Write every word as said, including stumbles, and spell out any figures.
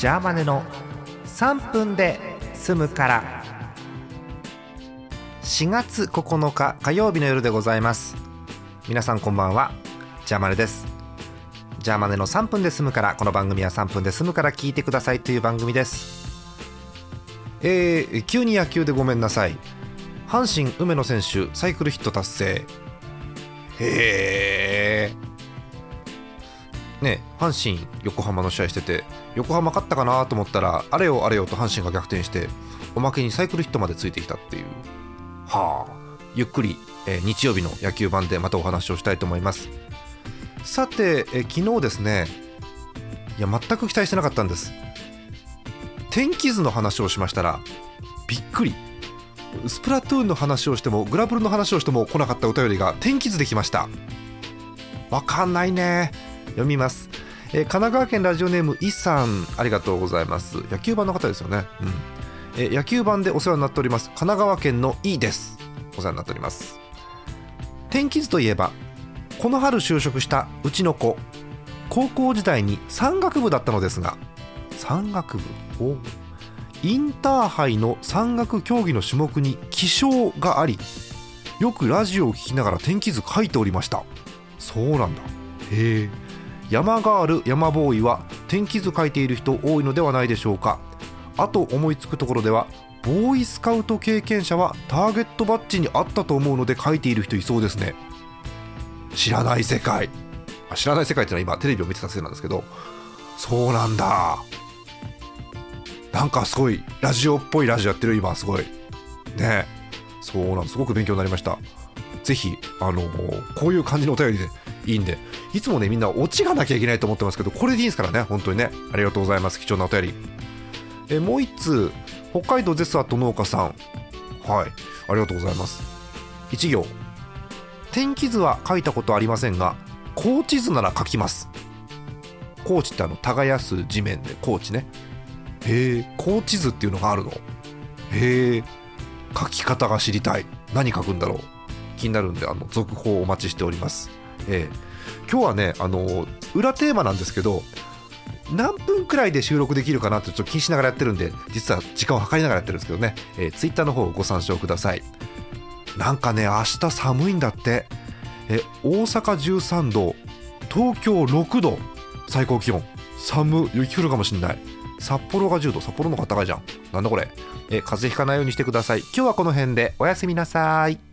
ジャーマネのさんぷんで済むから。しがつここのか火曜日の夜でございます。皆さんこんばんは、ジャーマネです。ジャーマネのさんぷんで済むから、この番組はさんぷんで済むから聞いてくださいという番組です。えー、急に野球でごめんなさい。阪神梅野選手サイクルヒット達成。へーね、阪神横浜の試合してて、横浜勝ったかなと思ったら、あれよあれよと阪神が逆転して、おまけにサイクルヒットまでついてきたっていう。はあ、ゆっくり、えー、日曜日の野球版でまたお話をしたいと思います。さて、えー、昨日ですね、いや全く期待してなかったんです。天気図の話をしましたらびっくり。スプラトゥーンの話をしてもグラブルの話をしても来なかったお便りが天気図できました。わかんないね。読みます。えー、神奈川県ラジオネームイさん、ありがとうございます。野球版の方ですよね、うん。えー、野球版でお世話になっております神奈川県のイです。お世話になっております。天気図といえば、この春就職したうちの子、高校時代に山岳部だったのですが、山岳部、おインターハイの山岳競技の種目に気象があり、よくラジオを聞きながら天気図書いておりました。そうなんだ。へえ。山ガール山ボーイは天気図書いている人多いのではないでしょうか。あと思いつくところでは、ボーイスカウト経験者はターゲットバッジにあったと思うので書いている人いそうですね。知らない世界。知らない世界ってのは今テレビを見てたせいなんですけど、そうなんだ。なんかすごいラジオっぽいラジオやってる今、すごいね。そうなんです。すごく勉強になりました。ぜひあのー、こういう感じのお便りでいいんで、いつもねみんなオチがなきゃいけないと思ってますけど、これでいいですからね、本当にね。ありがとうございます。貴重なお便り。えもう一通、北海道ゼスアット農家さん、はい、ありがとうございます。一行、天気図は書いたことありませんが高知図なら書きます。高知ってあの耕す地面で高知ね。へえ、高知図っていうのがあるの。へえ、書き方が知りたい。何書くんだろう、気になるんで、あの続報お待ちしております。えー、今日はね、あの裏テーマなんですけど、何分くらいで収録できるかなってちょっと気にしながらやってるんで、実は時間を計りながらやってるんですけどね、えー、ツイッターの方をご参照ください。なんかね、明日寒いんだって。え大阪じゅうさんど、東京ろくど、最高気温。寒、雪降るかもしんない。札幌がじゅうど、札幌の方が高いじゃん。なんだこれ。え風邪ひかないようにしてください。今日はこの辺でおやすみなさい。